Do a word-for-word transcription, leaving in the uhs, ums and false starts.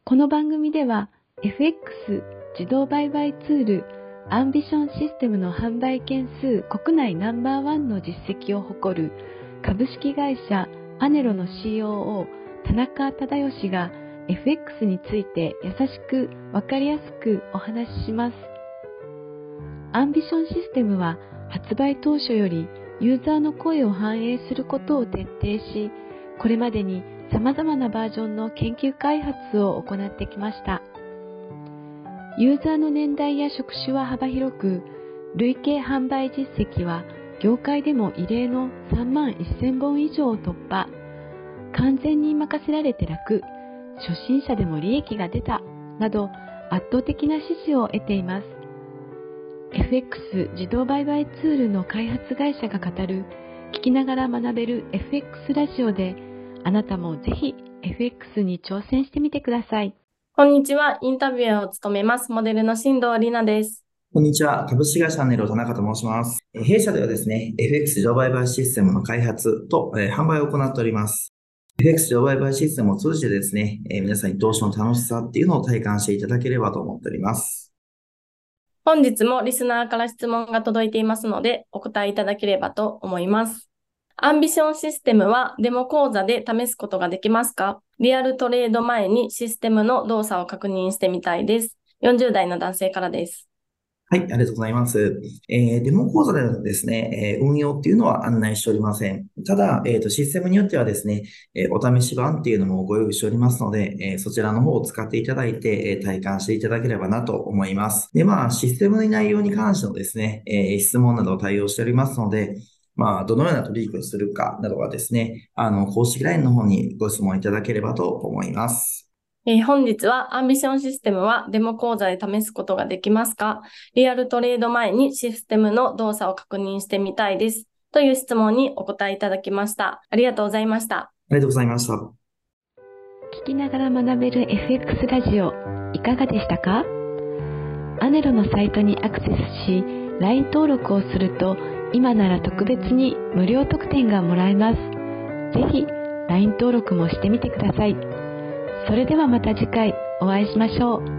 この番組では エフエックス 自動売買ツールアンビションシステムの販売件数国内ナンバーワンの実績を誇る株式会社アネロの シーオーオー 田中忠義が エフエックス について優しくわかりやすくお話しします。アンビションシステムは発売当初よりユーザーの声を反映することを徹底し、これまでに様々なバージョンの研究開発を行ってきました。ユーザーの年代や職種は幅広く、累計販売実績は業界でも異例のさんまんせんぼん以上を突破。完全に任せられて楽、初心者でも利益が出た、など圧倒的な支持を得ています。エフエックス 自動売買ツールの開発会社が語る、聞きながら学べる エフエックス ラジオで、あなたもぜひ エフエックス に挑戦してみてください。 こんにちは。インタビュアーを務めます。モデルの新藤里奈です。 こんにちは。株式会社アネロ田中と申します。弊社ではですね、エフエックス 自動売買システムの開発と、えー、販売を行っております。エフエックス 自動売買システムを通じてですね、えー、皆さんに投資の楽しさっていうのを体感していただければと思っております。 本日もリスナーから質問が届いていますので、お答えいただければと思います。アンビションシステムはデモ講座で試すことができますか？リアルトレード前にシステムの動作を確認してみたいです。よんじゅう代の男性からです。 はい、ありがとうございます。えー、デモ講座ではですね、えー、運用っていうのは案内しておりません。ただ、えーと、システムによってはですね、えー、お試し版っていうのもご用意しておりますので、えー、そちらの方を使っていただいて、えー、体感していただければなと思います。で、まあ、システムの内容に関してのですね、えー、質問などを対応しておりますので、まあ、どのような取引をするかなどはですね、あの、公式 ライン の方にご質問いただければと思います。 えー、本日はアンビションシステムはデモ講座で試すことができますか？リアルトレード前にシステムの動作を確認してみたいです。という質問にお答えいただきました。ありがとうございました。 ありがとうございました。 聞きながら学べる エフエックス ラジオ、いかがでしたか？アネロのサイトにアクセスし、ライン 登録をすると、今なら特別に無料特典がもらえます。ぜひ ライン 登録もしてみてください。それではまた次回お会いしましょう。